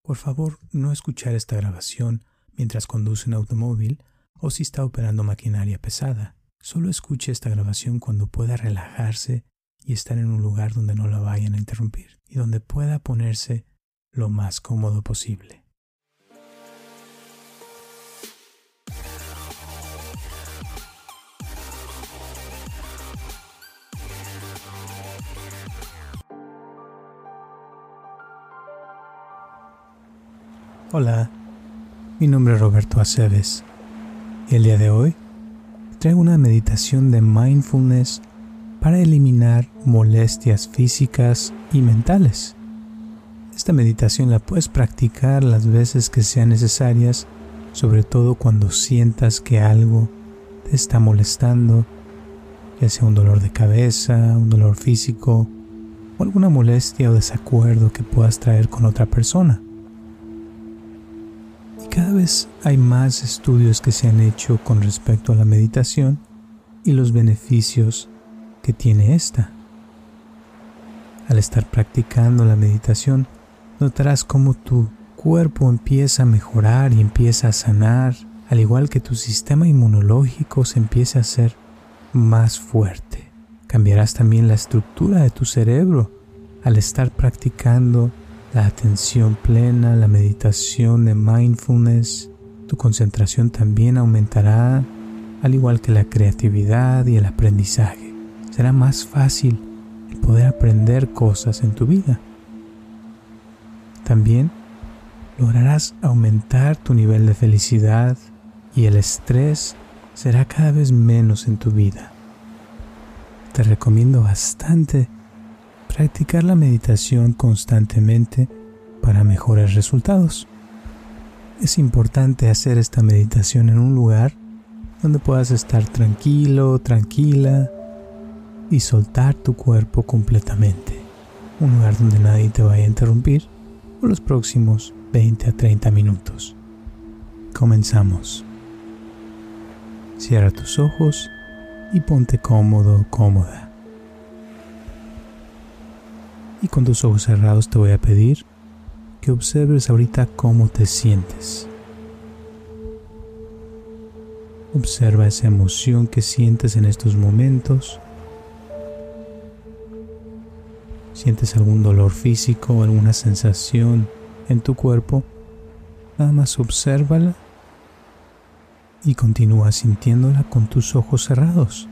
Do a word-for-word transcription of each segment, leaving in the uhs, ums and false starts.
Por favor, no escuchar esta grabación mientras conduce un automóvil o si está operando maquinaria pesada. Solo escuche esta grabación cuando pueda relajarse y estar en un lugar donde no la vayan a interrumpir y donde pueda ponerse lo más cómodo posible. Hola, mi nombre es Roberto Aceves y el día de hoy traigo una meditación de mindfulness para eliminar molestias físicas y mentales. Esta meditación la puedes practicar las veces que sean necesarias, sobre todo cuando sientas que algo te está molestando, ya sea un dolor de cabeza, un dolor físico o alguna molestia o desacuerdo que puedas traer con otra persona. Cada vez hay más estudios que se han hecho con respecto a la meditación y los beneficios que tiene esta. Al estar practicando la meditación, notarás cómo tu cuerpo empieza a mejorar y empieza a sanar, al igual que tu sistema inmunológico se empieza a hacer más fuerte. Cambiarás también la estructura de tu cerebro al estar practicando la atención plena, la meditación de mindfulness. Tu concentración también aumentará, al igual que la creatividad y el aprendizaje. Será más fácil el poder aprender cosas en tu vida. También lograrás aumentar tu nivel de felicidad y el estrés será cada vez menos en tu vida. Te recomiendo bastante practicar la meditación constantemente para mejores resultados. Es importante hacer esta meditación en un lugar donde puedas estar tranquilo, tranquila y soltar tu cuerpo completamente. Un lugar donde nadie te vaya a interrumpir por los próximos veinte a treinta minutos. Comenzamos. Cierra tus ojos y ponte cómodo, cómoda. Y con tus ojos cerrados te voy a pedir que observes ahorita cómo te sientes. Observa esa emoción que sientes en estos momentos. ¿Sientes algún dolor físico o alguna sensación en tu cuerpo? Nada más obsérvala y continúa sintiéndola con tus ojos cerrados.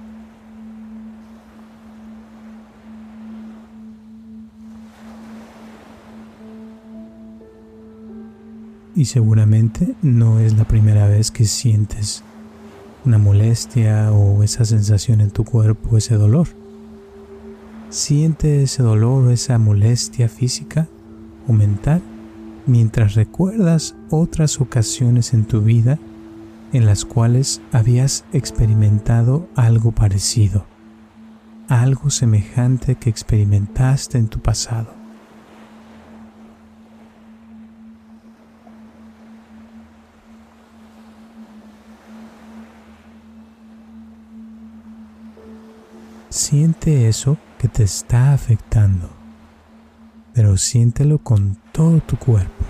Y seguramente no es la primera vez que sientes una molestia o esa sensación en tu cuerpo, ese dolor. Siente ese dolor o esa molestia física o mental mientras recuerdas otras ocasiones en tu vida en las cuales habías experimentado algo parecido, algo semejante que experimentaste en tu pasado. Siente eso que te está afectando, pero siéntelo con todo tu cuerpo.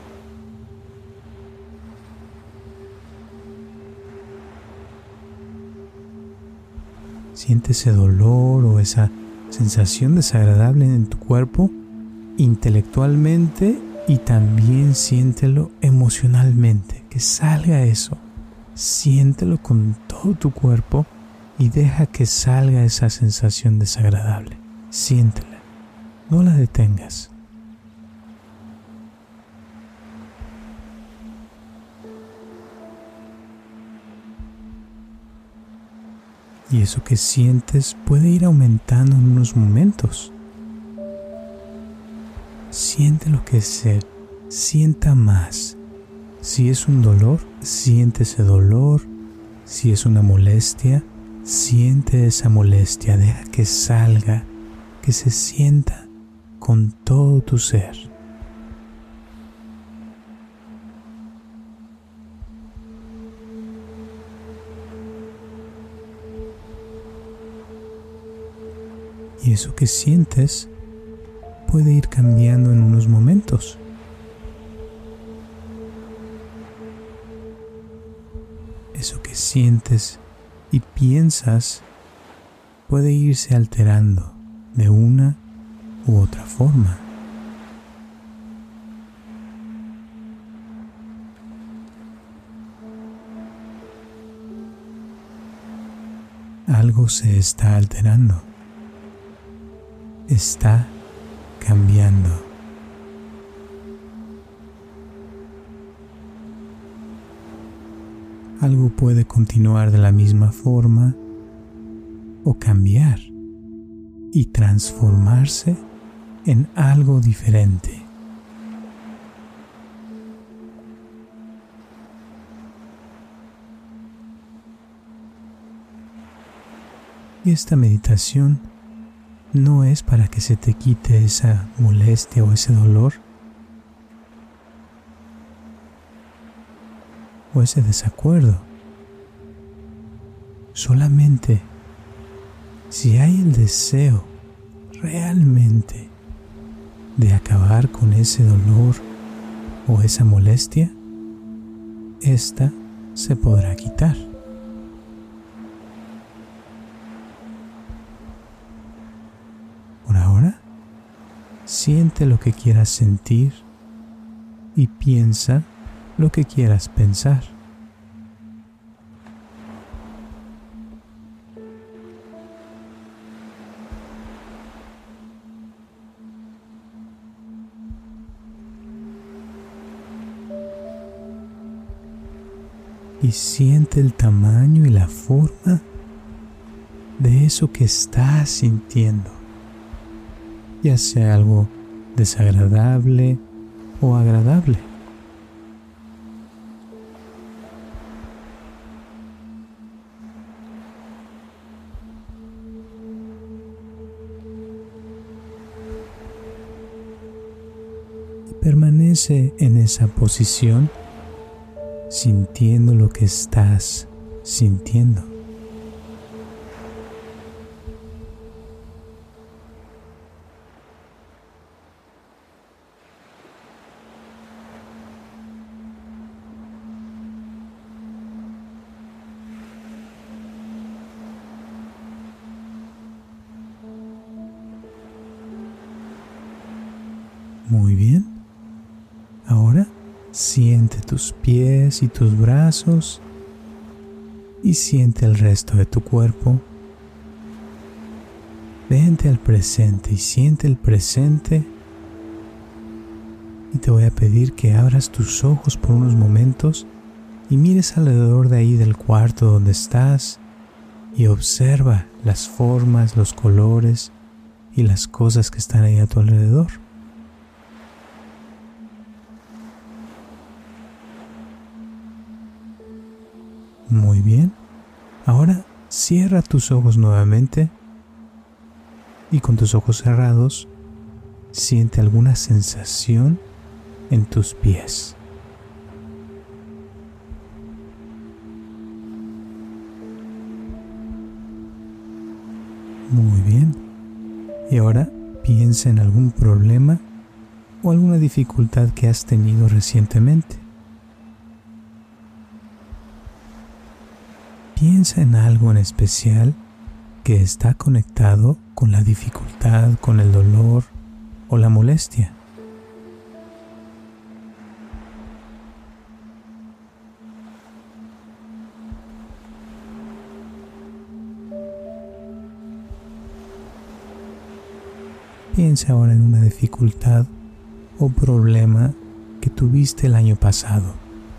Siente ese dolor o esa sensación desagradable en tu cuerpo intelectualmente y también siéntelo emocionalmente, que salga eso. Siéntelo con todo tu cuerpo y deja que salga esa sensación desagradable. Siéntela, no la detengas. Y eso que sientes puede ir aumentando en unos momentos. Siente lo que se sienta más. Si es un dolor, siente ese dolor. Si es una molestia, siente esa molestia, deja que salga, que se sienta con todo tu ser. Y eso que sientes puede ir cambiando en unos momentos. que sientes y piensas puede irse alterando de una u otra forma. Algo se está alterando, está cambiando. Algo puede continuar de la misma forma o cambiar y transformarse en algo diferente. Y esta meditación no es para que se te quite esa molestia o ese dolor o ese desacuerdo. Solamente si hay el deseo realmente de acabar con ese dolor o esa molestia, esta se podrá quitar. Por ahora, siente lo que quieras sentir y piensa lo que quieras pensar. Y siente el tamaño y la forma de eso que estás sintiendo, ya sea algo desagradable o agradable. Y permanece en esa posición sintiendo lo que estás sintiendo. Muy bien. Ahora siente tus pies y tus brazos y siente el resto de tu cuerpo. Vente al presente y siente el presente. Y te voy a pedir que abras tus ojos por unos momentos y mires alrededor de ahí del cuarto donde estás y observa las formas, los colores y las cosas que están ahí a tu alrededor. Muy bien. Ahora cierra tus ojos nuevamente y con tus ojos cerrados siente alguna sensación en tus pies. Muy bien. Y ahora piensa en algún problema o alguna dificultad que has tenido recientemente. Piensa en algo en especial que está conectado con la dificultad, con el dolor o la molestia. Piensa ahora en una dificultad o problema que tuviste el año pasado.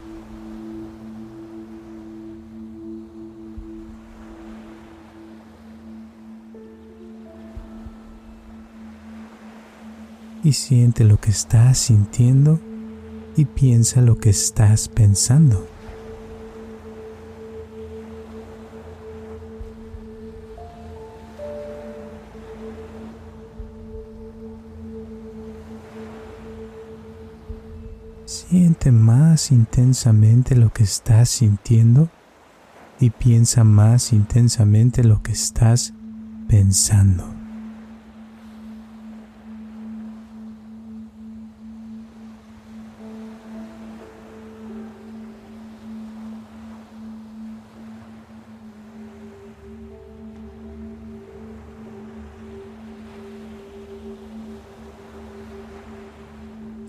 Y siente lo que estás sintiendo y piensa lo que estás pensando. Siente más intensamente lo que estás sintiendo y piensa más intensamente lo que estás pensando.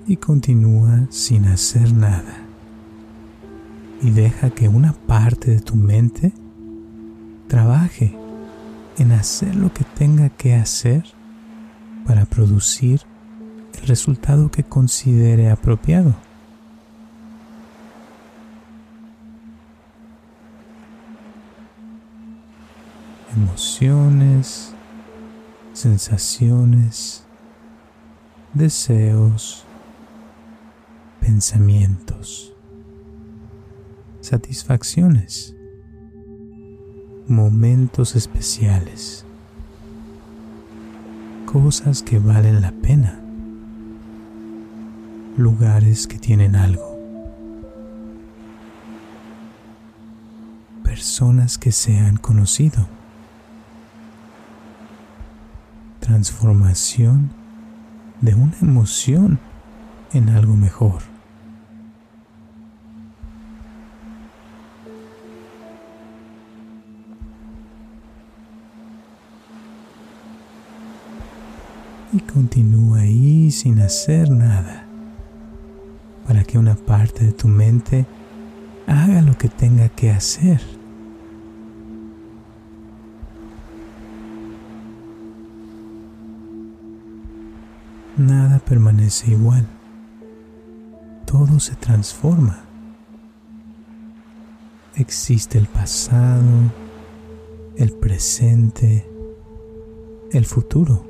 y continúa sin hacer nada. Y deja que una parte de tu mente trabaje en hacer lo que tenga que hacer para producir el resultado que considere apropiado. Emociones, sensaciones, deseos, pensamientos, satisfacciones, momentos especiales, cosas que valen la pena, lugares que tienen algo, personas que se han conocido, transformación de una emoción en algo mejor. Y continúa ahí sin hacer nada, para que una parte de tu mente haga lo que tenga que hacer. Nada permanece igual, todo se transforma. Existe el pasado, el presente, el futuro.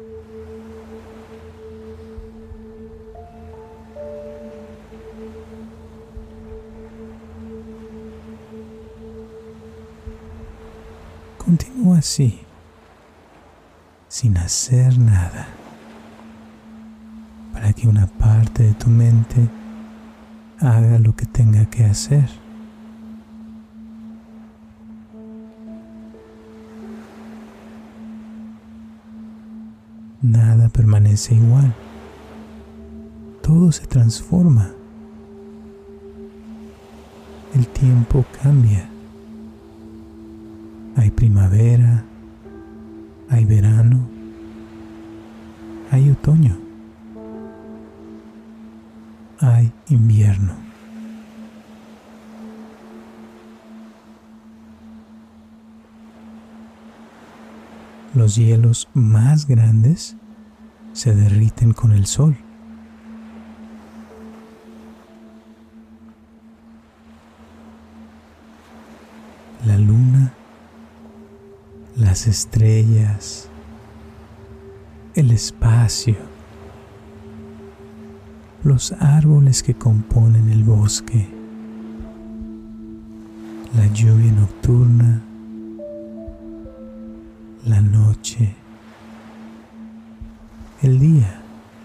Continúa así, sin hacer nada, para que una parte de tu mente haga lo que tenga que hacer. Nada permanece igual, todo se transforma. El tiempo cambia. Hay primavera, hay verano, hay otoño, hay invierno. Los hielos más grandes se derriten con el sol. La luna, las estrellas, el espacio, los árboles que componen el bosque, la lluvia nocturna, la noche, el día.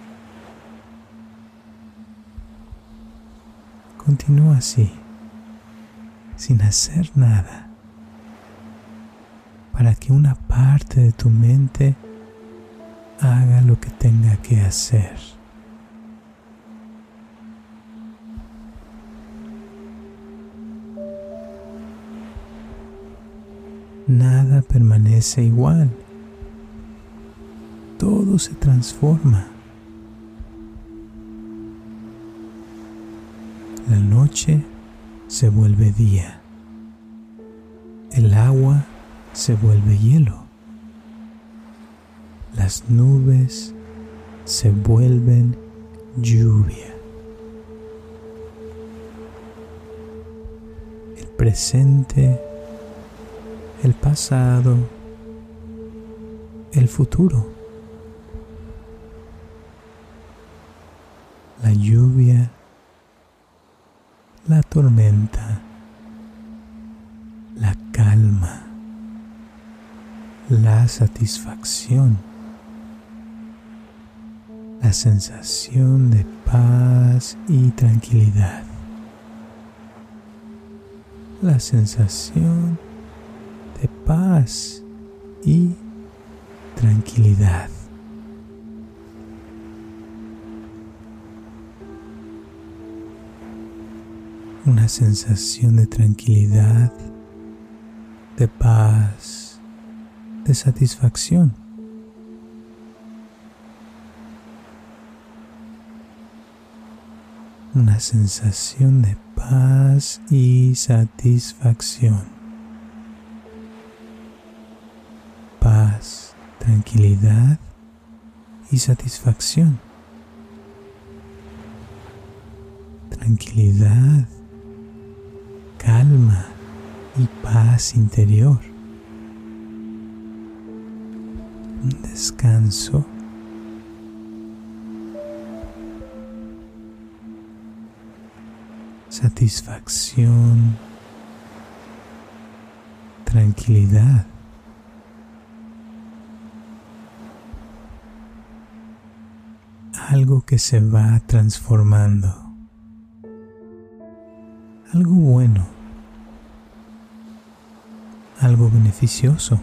Continúa así, sin hacer nada, para que una parte de tu mente haga lo que tenga que hacer. Nada permanece igual, todo se transforma. La noche se vuelve día, el agua se vuelve hielo, las nubes se vuelven lluvia. El presente, el pasado, el futuro. La lluvia, la tormenta, la calma, la satisfacción, la sensación de paz y tranquilidad, la sensación de paz y tranquilidad. Una sensación de tranquilidad, de paz, de satisfacción. una sensación de paz y satisfacción. Paz, tranquilidad y satisfacción. Tranquilidad, calma y paz interior. Un descanso. Satisfacción, tranquilidad. Algo que se va transformando. Algo bueno. Algo beneficioso.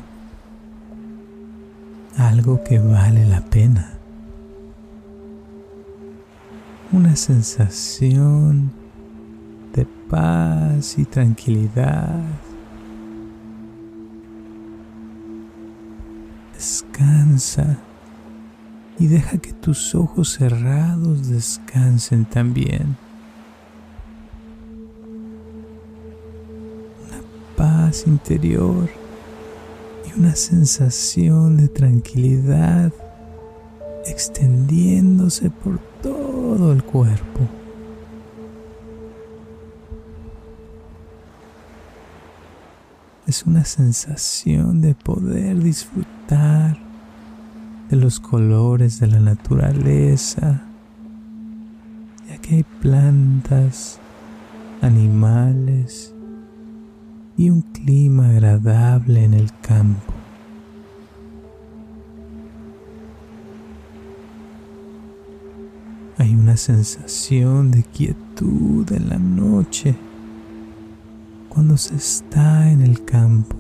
Algo que vale la pena. Una sensación de paz y tranquilidad. Descansa y deja que tus ojos cerrados descansen también. Una paz interior y una sensación de tranquilidad extendiéndose por todo el cuerpo. Es una sensación de poder disfrutar de los colores de la naturaleza, ya que hay plantas, animales y un clima agradable en el campo. Hay una sensación de quietud en la noche cuando se está en el campo,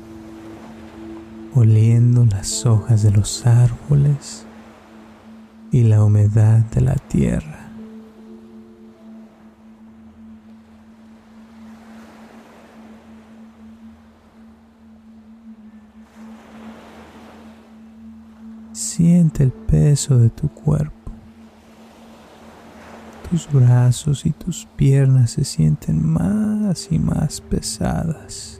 oliendo las hojas de los árboles y la humedad de la tierra. Siente el peso de tu cuerpo. Tus brazos y tus piernas se sienten más y más pesadas.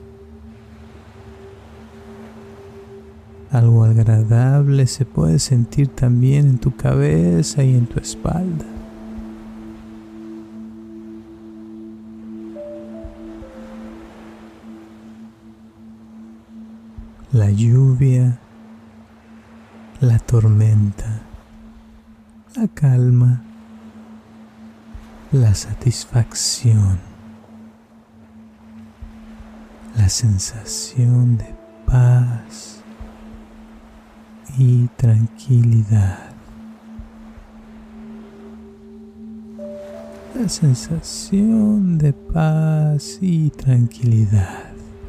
Algo agradable se puede sentir también en tu cabeza y en tu espalda. La lluvia, la tormenta, la calma, la satisfacción, la sensación de paz y tranquilidad, la sensación de paz y tranquilidad,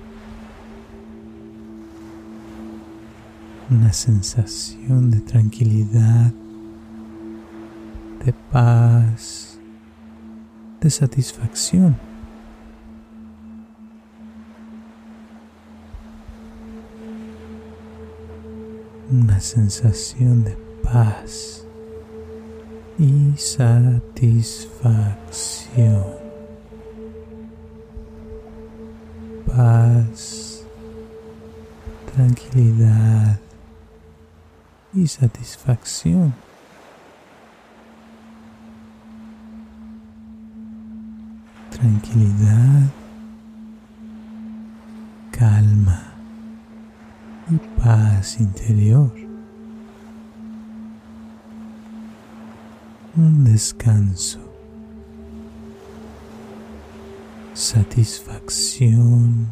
una sensación de tranquilidad, de paz, de satisfacción. Una sensación de paz y satisfacción. Paz, tranquilidad y satisfacción. Tranquilidad, calma y paz interior. Un descanso, satisfacción,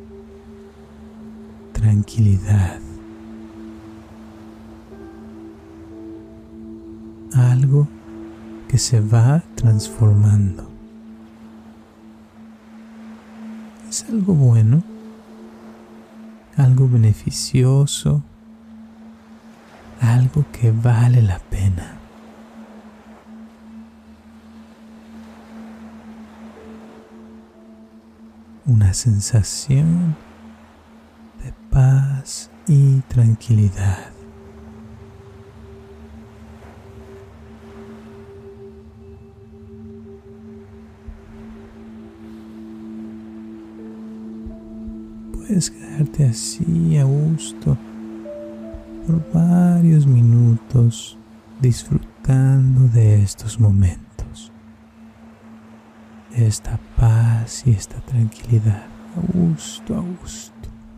tranquilidad. Algo que se va transformando. Es algo bueno, algo beneficioso, algo que vale la pena. Una sensación de paz y tranquilidad. puedes quedarte así a gusto por varios minutos disfrutando de estos momentos, de esta paz y esta tranquilidad, a gusto, a gusto.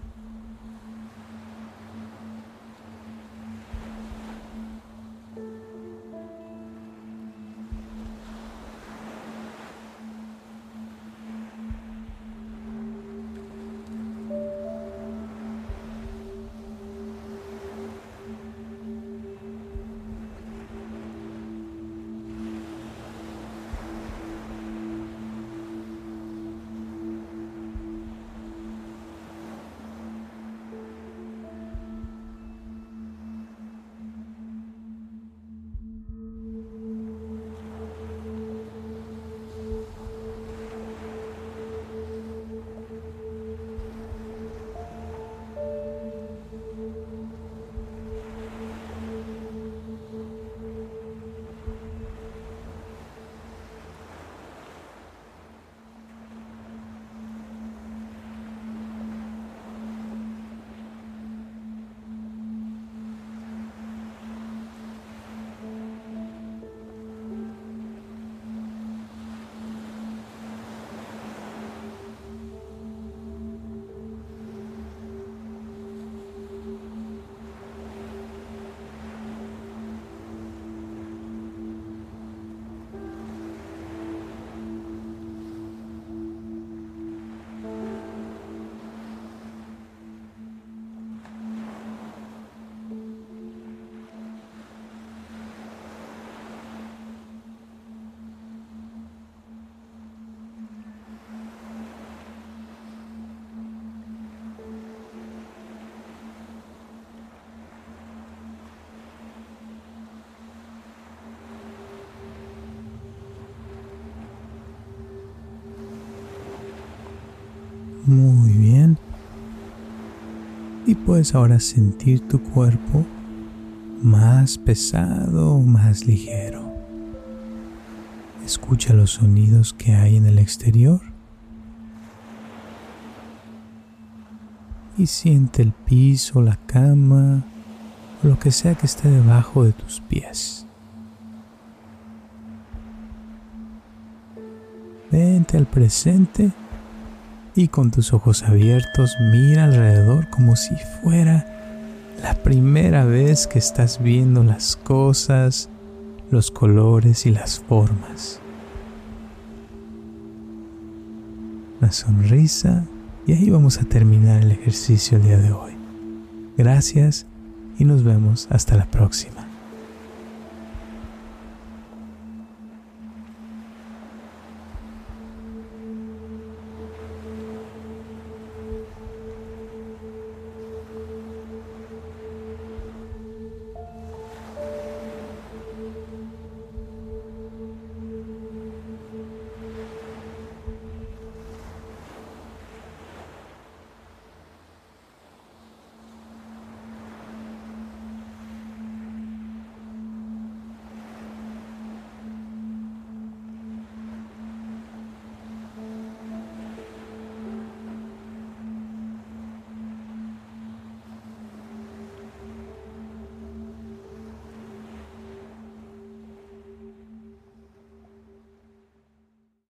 Muy bien. Y puedes ahora sentir tu cuerpo más pesado, más ligero. Escucha los sonidos que hay en el exterior y siente el piso, la cama o lo que sea que esté debajo de tus pies. Vente al presente y con tus ojos abiertos mira alrededor como si fuera la primera vez que estás viendo las cosas, los colores y las formas. Una sonrisa y ahí vamos a terminar el ejercicio el día de hoy. Gracias y nos vemos hasta la próxima.